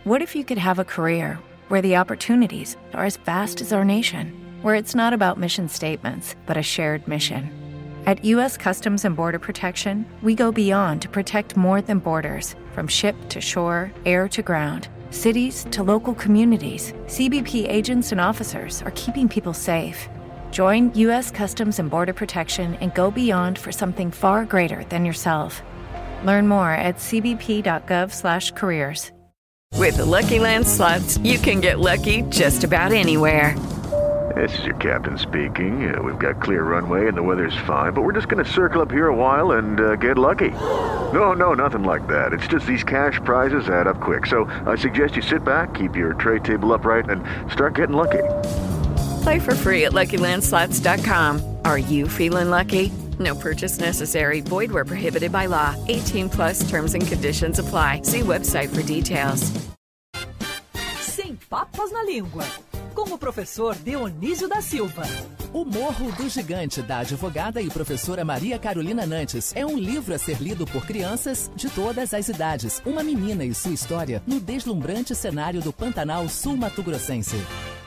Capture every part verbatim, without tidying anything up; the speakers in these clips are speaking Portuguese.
What if you could have a career where the opportunities are as vast as our nation, where it's not about mission statements, but a shared mission? At U S Customs and Border Protection, we go beyond to protect more than borders. From ship to shore, air to ground, cities to local communities, C B P agents and officers are keeping people safe. Join U S Customs and Border Protection and go beyond for something far greater than yourself. Learn more at c b p dot gov slash careers. With the Lucky Land Slots, you can get lucky just about anywhere. This is your captain speaking. Uh, we've got clear runway and the weather's fine, but we're just going to circle up here a while and uh, get lucky. No, no, nothing like that. It's just these cash prizes add up quick. So I suggest you sit back, keep your tray table upright, and start getting lucky. Play for free at lucky land slots dot com. Are you feeling lucky? No purchase necessary. Void where prohibited by law. eighteen plus terms and conditions apply. See website for details. Sem Papas na Língua, com o professor Dionísio da Silva. O Morro do Gigante, da advogada e professora Maria Carolina Nantes, é um livro a ser lido por crianças de todas as idades. Uma menina e sua história no deslumbrante cenário do Pantanal sul-mato-grossense.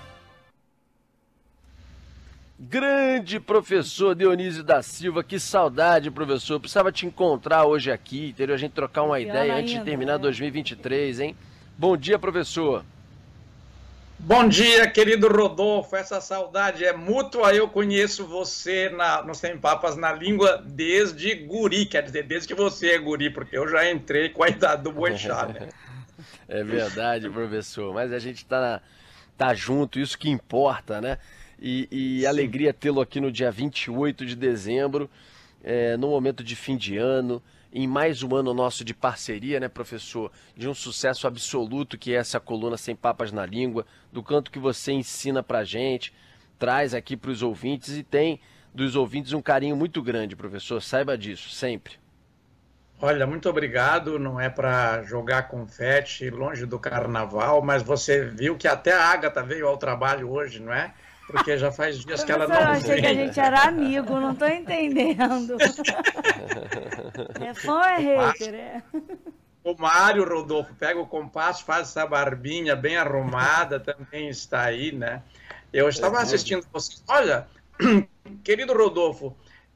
Grande professor Dionísio da Silva, que saudade, professor. Precisava te encontrar hoje aqui, entendeu? A gente trocar uma ideia antes de terminar dois mil e vinte e três, hein? Bom dia, professor. Bom dia, querido Rodolfo. Essa saudade é mútua. Eu conheço você na, no Sem Papas na Língua desde guri, quer dizer, desde que você é guri, porque eu já entrei com a idade do Boechat, né? É verdade, professor. Mas a gente tá, tá junto, isso que importa, né? E, e alegria tê-lo aqui no dia vinte e oito de dezembro, é, no momento de fim de ano, em mais um ano nosso de parceria, né, professor? De um sucesso absoluto que é essa coluna Sem Papas na Língua, do canto que você ensina pra gente, traz aqui para os ouvintes e tem dos ouvintes um carinho muito grande, professor, saiba disso, sempre. Olha, muito obrigado, não é para jogar confete longe do carnaval, mas você viu que até a Ágata veio ao trabalho hoje, não é? Porque já faz dias que ela não vem. Eu achei que a gente era amigo, não tô entendendo. É fã ou é hater? É? O Mário Rodolfo pega o compasso, faz essa barbinha bem arrumada, também está aí, né? Eu estava assistindo vocês. Olha, querido Rodolfo,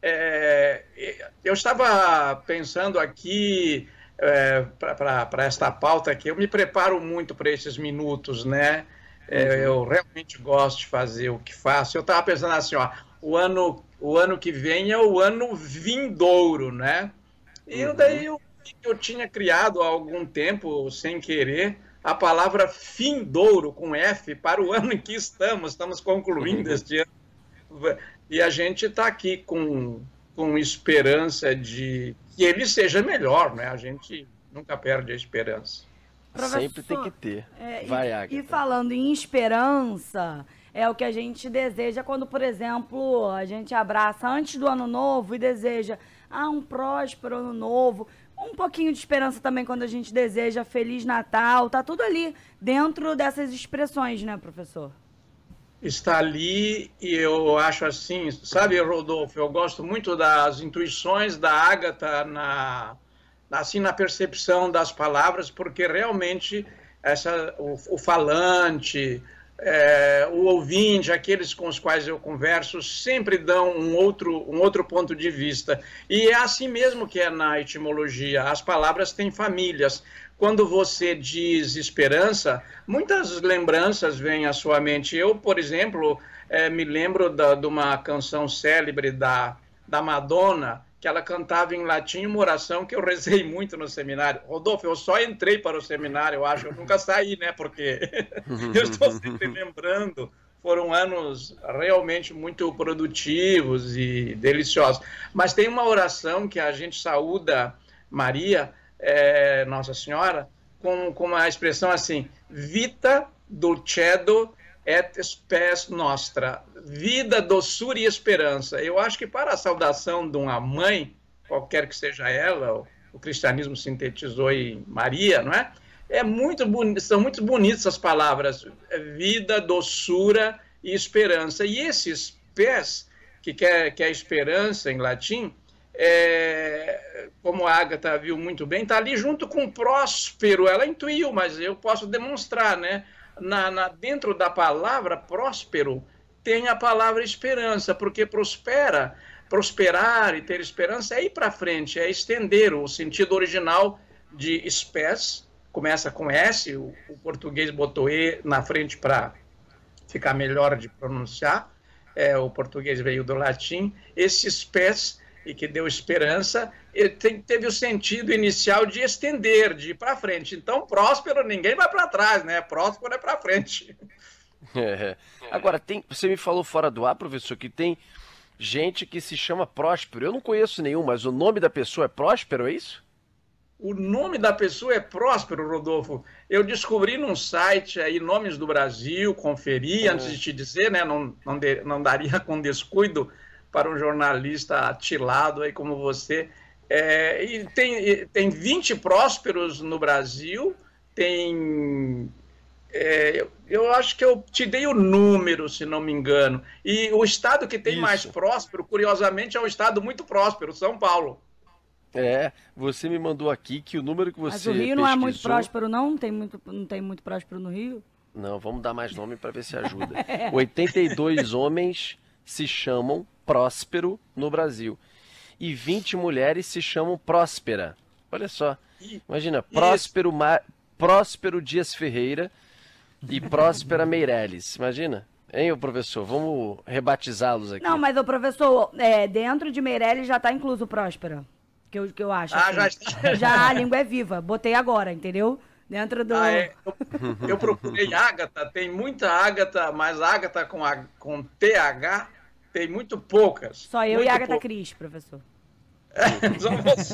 é, eu estava pensando aqui é, para esta pauta aqui, eu me preparo muito para esses minutos, né? É, eu realmente gosto de fazer o que faço. Eu estava pensando assim, ó, o ano, o ano que vem é o ano vindouro, né? E eu, daí eu, eu tinha criado há algum tempo, sem querer, a palavra findouro, com F, para o ano em que estamos. Estamos concluindo este ano. E a gente está aqui com, com esperança de que ele seja melhor, né? A gente nunca perde a esperança. Professor, sempre tem que ter. É, Vai, e, Ágata. e falando em esperança, é o que a gente deseja quando, por exemplo, a gente abraça antes do ano novo e deseja ah, um próspero ano novo. Um pouquinho de esperança também quando a gente deseja Feliz Natal. Tá tudo ali dentro dessas expressões, né, professor? Está ali e eu acho assim, sabe, Rodolfo, eu gosto muito das intuições da Ágata na... assim, na percepção das palavras, porque realmente essa, o, o falante, é, o ouvinte, aqueles com os quais eu converso, sempre dão um outro, um outro ponto de vista. E é assim mesmo que é na etimologia, as palavras têm famílias. Quando você diz esperança, muitas lembranças vêm à sua mente. Eu, por exemplo, é, me lembro da, de uma canção célebre da, da Madonna, que ela cantava em latim uma oração que eu rezei muito no seminário. Rodolfo, eu só entrei para o seminário, eu acho, eu nunca saí, né, porque eu estou sempre lembrando, foram anos realmente muito produtivos e deliciosos. Mas tem uma oração que a gente saúda Maria, é, Nossa Senhora, com, com uma expressão assim, vita dulcedo et spes nostra, vida, doçura e esperança. Eu acho que para a saudação de uma mãe, qualquer que seja ela, o, o cristianismo sintetizou em Maria, não é? É muito bonito, são muito bonitas as palavras, vida, doçura e esperança. E esses pés, que quer, que é esperança em latim, é, como a Agatha viu muito bem, está ali junto com próspero. Ela intuiu, mas eu posso demonstrar, né? Na, na, dentro da palavra próspero tem a palavra esperança, porque prospera, prosperar e ter esperança é ir para frente, é estender. O sentido original de spes começa com S, o, o português botou E na frente para ficar melhor de pronunciar, é, o português veio do latim. Esse spes, e que deu esperança, ele tem, teve o sentido inicial de estender, de ir para frente. Então, próspero, ninguém vai para trás, né? Próspero é para frente. É. Agora, tem, você me falou fora do ar, professor, que tem gente que se chama Próspero. Eu não conheço nenhum, mas o nome da pessoa é Próspero, é isso? O nome da pessoa é Próspero, Rodolfo. Eu descobri num site aí, Nomes do Brasil, conferi, é. antes de te dizer, né? Não, não, de, não daria com descuido para um jornalista atilado aí como você. É, e tem, tem vinte prósperos no Brasil, tem... É, eu, eu acho que eu te dei o número, se não me engano. E o estado que tem Isso. mais próspero, curiosamente, é um estado muito próspero, São Paulo. É, você me mandou aqui que o número que você Mas o Rio pesquisou... não é muito próspero, não? Não tem muito, não tem muito próspero no Rio? Não, vamos dar mais nome para ver se ajuda. é. oitenta e dois homens se chamam Próspero no Brasil. E vinte mulheres se chamam Próspera. Olha só. Imagina, Próspero, Ma... Próspero Dias Ferreira e Próspera Meirelles. Imagina. Hein, professor? Vamos rebatizá-los aqui. Não, mas o professor, é, dentro de Meirelles já está incluso Próspera. Que eu, que eu acho. Ah, assim. já está. Já a língua é viva. Botei agora, entendeu? Dentro do... Ah, é. eu, eu procurei Ágata. Tem muita Ágata, mas Ágata com, a, com T H... Tem muito poucas. Só eu muito e a Agatha pou... Cris, professor. É, só você.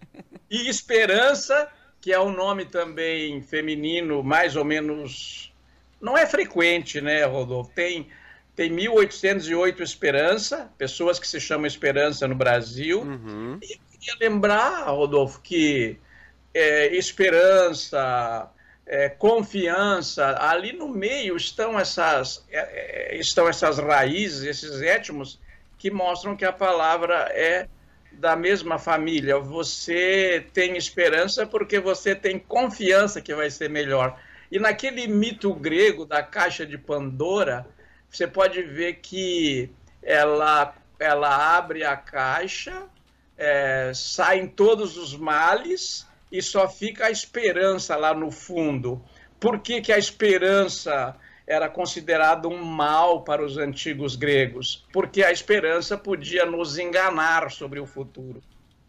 E Esperança, que é um nome também feminino, mais ou menos... Não é frequente, né, Rodolfo? Tem, tem mil oitocentos e oito Esperança, pessoas que se chamam Esperança no Brasil. Uhum. E eu queria lembrar, Rodolfo, que é, Esperança... É, confiança, ali no meio estão essas, é, estão essas raízes, esses étimos, que mostram que a palavra é da mesma família. Você tem esperança porque você tem confiança que vai ser melhor. E naquele mito grego da caixa de Pandora, você pode ver que ela, ela abre a caixa, é, saem todos os males, e só fica a esperança lá no fundo. Por que que a esperança era considerada um mal para os antigos gregos? Porque a esperança podia nos enganar sobre o futuro.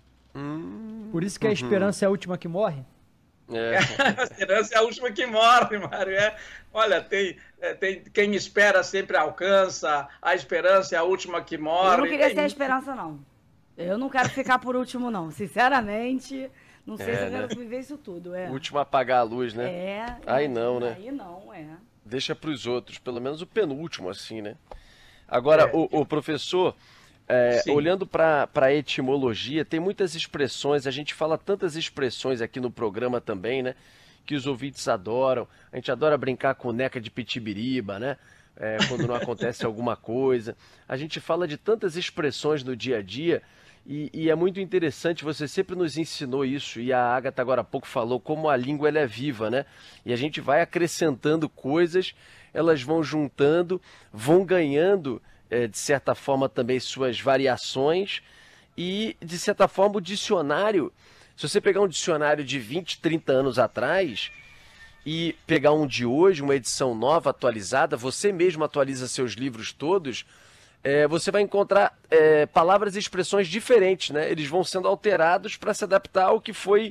Hum, Por isso que a esperança uhum. é a última que morre? É. A esperança é a última que morre, Mário. É. Olha, tem, tem quem espera sempre alcança, a esperança é a última que morre. Eu não queria tem... ter a esperança, não. Eu não quero ficar por último, não. Sinceramente... Não sei é, se eu quero né? viver isso tudo, é. O último a apagar a luz, né? É. Aí não, né? Aí não, é. Deixa para os outros, pelo menos o penúltimo, assim, né? Agora, é. o, o professor, é, olhando para a etimologia, tem muitas expressões, a gente fala tantas expressões aqui no programa também, né? Que os ouvintes adoram. A gente adora brincar com neca de pitibiriba, né? É, quando não acontece alguma coisa. A gente fala de tantas expressões no dia a dia. E, e é muito interessante, você sempre nos ensinou isso, e a Agatha agora há pouco falou como a língua ela é viva, né? E a gente vai acrescentando coisas, elas vão juntando, vão ganhando, é, de certa forma, também suas variações, e, de certa forma, o dicionário, se você pegar um dicionário de vinte, trinta anos atrás, e pegar um de hoje, uma edição nova, atualizada, você mesmo atualiza seus livros todos... É, você vai encontrar é, palavras e expressões diferentes, né? Eles vão sendo alterados para se adaptar ao que foi,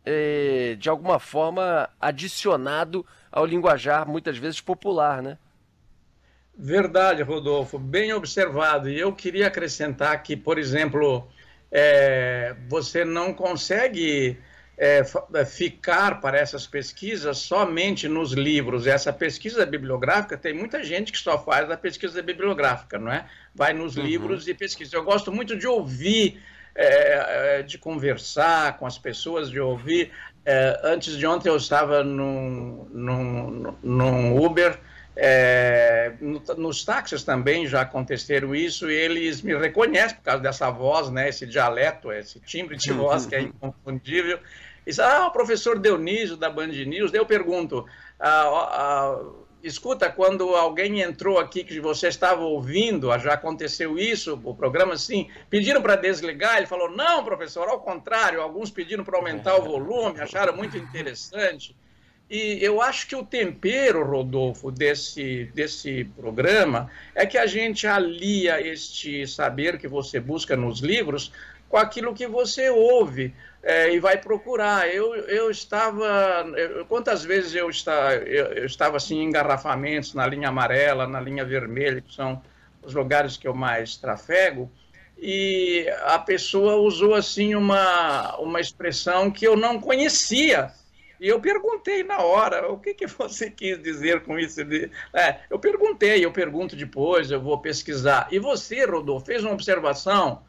é, de alguma forma, adicionado ao linguajar, muitas vezes popular, né? Verdade, Rodolfo, bem observado. E eu queria acrescentar que, por exemplo, é, você não consegue é, ficar para essas pesquisas somente nos livros. Essa pesquisa bibliográfica, tem muita gente que só faz a pesquisa bibliográfica, não é? Vai nos uhum. livros e pesquisa. Eu gosto muito de ouvir, é, de conversar com as pessoas, de ouvir. É, antes de ontem eu estava num, num, num Uber É, no, nos táxis também já aconteceram isso, e eles me reconhecem por causa dessa voz, né, esse dialeto, esse timbre de voz que é inconfundível. E diz, ah, o professor Dionísio da Band News. Daí eu pergunto, ah, ah, escuta, quando alguém entrou aqui que você estava ouvindo, já aconteceu isso, o programa assim, pediram para desligar? Ele falou, não, professor, ao contrário, alguns pediram para aumentar o volume, acharam muito interessante. E eu acho que o tempero, Rodolfo, desse, desse programa é que a gente alia este saber que você busca nos livros com aquilo que você ouve é, e vai procurar. Eu, eu estava... Eu, quantas vezes eu, está, eu, eu estava assim, em engarrafamentos na linha amarela, na linha vermelha, que são os lugares que eu mais trafego, e a pessoa usou assim uma, uma expressão que eu não conhecia. E eu perguntei na hora, o que, que você quis dizer com isso? É, eu perguntei, eu pergunto depois, eu vou pesquisar. E você, Rodolfo, fez uma observação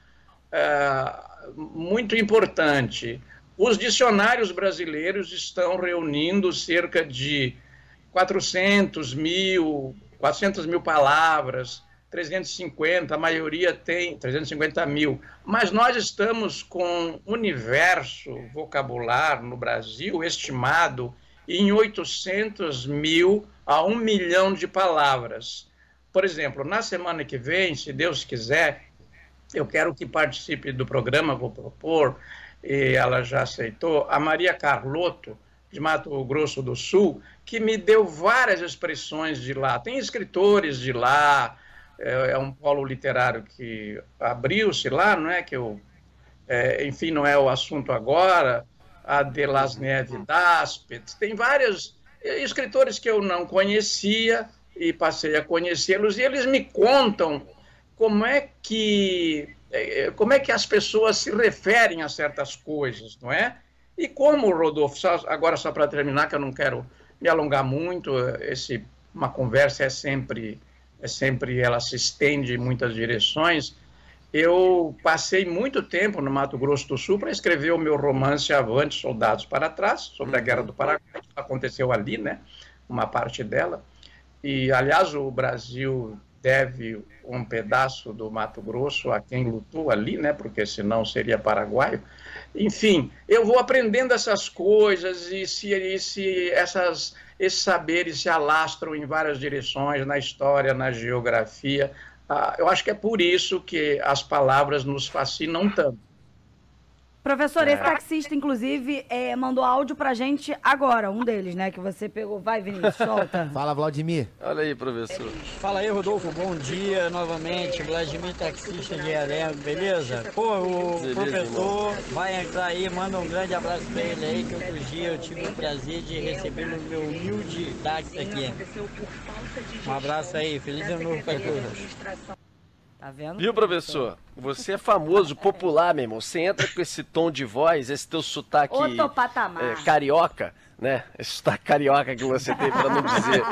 é, muito importante. Os dicionários brasileiros estão reunindo cerca de quatrocentos mil, quatrocentas mil palavras, trezentos e cinquenta, a maioria tem trezentos e cinquenta mil, mas nós estamos com um universo vocabular no Brasil estimado em oitocentos mil a um milhão de palavras. Por exemplo, na semana que vem, se Deus quiser, eu quero que participe do programa, vou propor, e ela já aceitou, a Maria Carlotto, de Mato Grosso do Sul, que me deu várias expressões de lá. Tem escritores de lá, é um polo literário que abriu-se lá, não é? Que eu, é, enfim, não é o assunto agora, a Delasneve Daspet, tem vários escritores que eu não conhecia e passei a conhecê-los, e eles me contam como é que, como é que as pessoas se referem a certas coisas, não é? E como, Rodolfo, só, agora só para terminar, que eu não quero me alongar muito, esse, uma conversa é sempre... É sempre, ela se estende em muitas direções. Eu passei muito tempo no Mato Grosso do Sul para escrever o meu romance Avante, Soldados para Trás, sobre a Guerra do Paraguai, que aconteceu ali, né? Uma parte dela. E, aliás, o Brasil deve um pedaço do Mato Grosso a quem lutou ali, né? Porque senão seria paraguaio. Enfim, eu vou aprendendo essas coisas e se, e se essas... esses saberes se alastram em várias direções, na história, na geografia. Ah, eu acho que é por isso que as palavras nos fascinam tanto. Professor, esse taxista, inclusive, é, mandou áudio pra gente agora, um deles, né, que você pegou. Vai, Vinícius, solta. Fala, Vladimir. Olha aí, professor. Fala aí, Rodolfo, bom dia novamente. Vladimir, taxista de Arengo, beleza? Pô, o beleza, professor irmão. Vai entrar aí, manda um grande abraço pra ele aí, que outro dia eu tive o prazer de receber no meu humilde táxi aqui. Um abraço aí, feliz ano novo pra todos. Tá vendo? Viu, professor? Você é famoso, popular, meu irmão. Você entra com esse tom de voz, esse teu sotaque Outro patamar. É, carioca, né? Esse sotaque carioca que você tem, para não dizer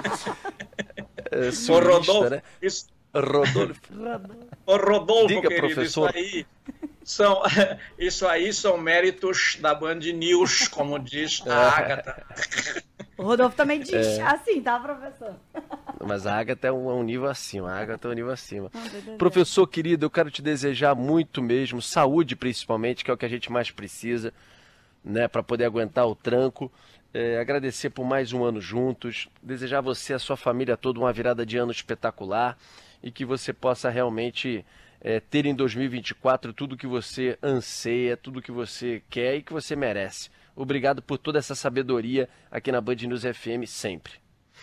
é, sulista, né? Isso... Rodolfo. Ô, Rodolfo, diga, querido, professor. Isso aí, são, isso aí são méritos da Band News, como diz a Agatha. O Rodolfo também diz É. assim, tá, professor? Mas a Agatha é um, é um nível acima, a Agatha é um nível acima. Professor querido, eu quero te desejar muito mesmo, saúde principalmente, que é o que a gente mais precisa, né, para poder aguentar o tranco. É, agradecer por mais um ano juntos, desejar a você e a sua família toda uma virada de ano espetacular e que você possa realmente é, ter em dois mil e vinte e quatro tudo que você anseia, tudo que você quer e que você merece. Obrigado por toda essa sabedoria aqui na Band News F M sempre.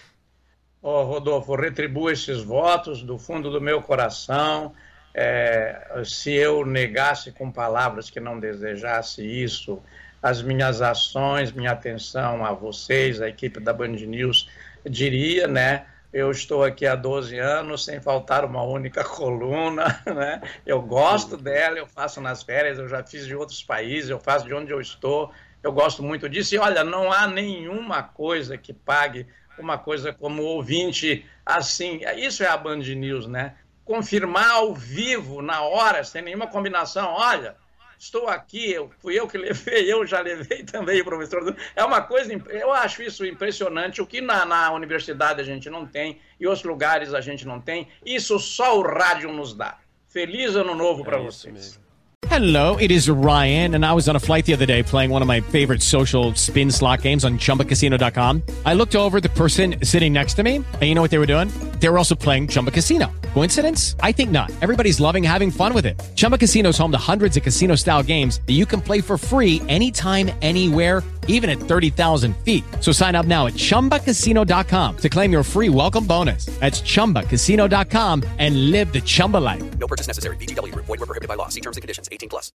Ô, Rodolfo, retribuo esses votos do fundo do meu coração. É, se eu negasse com palavras que não desejasse isso, as minhas ações, minha atenção a vocês, a equipe da Band News, diria, né? Eu estou aqui há doze anos, sem faltar uma única coluna, né? Eu gosto dela, eu faço nas férias, eu já fiz de outros países, eu faço de onde eu estou, eu gosto muito disso. E olha, não há nenhuma coisa que pague uma coisa como ouvinte assim. Isso é a Band News, né? Confirmar ao vivo, na hora, sem nenhuma combinação. Olha, estou aqui, eu, fui eu que levei, eu já levei também o professor. É uma coisa, eu acho isso impressionante, o que na, na universidade a gente não tem e outros lugares a gente não tem, isso só o rádio nos dá. Feliz Ano Novo para vocês. Hello, it is Ryan, and I was on a flight the other day playing one of my favorite social spin slot games on Chumba Casino dot com. I looked over at the person sitting next to me, and you know what they were doing? They were also playing Chumba Casino. Coincidence? I think not. Everybody's loving having fun with it. Chumba Casino is home to hundreds of casino-style games that you can play for free anytime, anywhere, even at thirty thousand feet. So sign up now at Chumba Casino dot com to claim your free welcome bonus. That's Chumba Casino dot com and live the Chumba life. No purchase necessary. V G W. Void where prohibited by law. See terms and conditions. eighteen plus.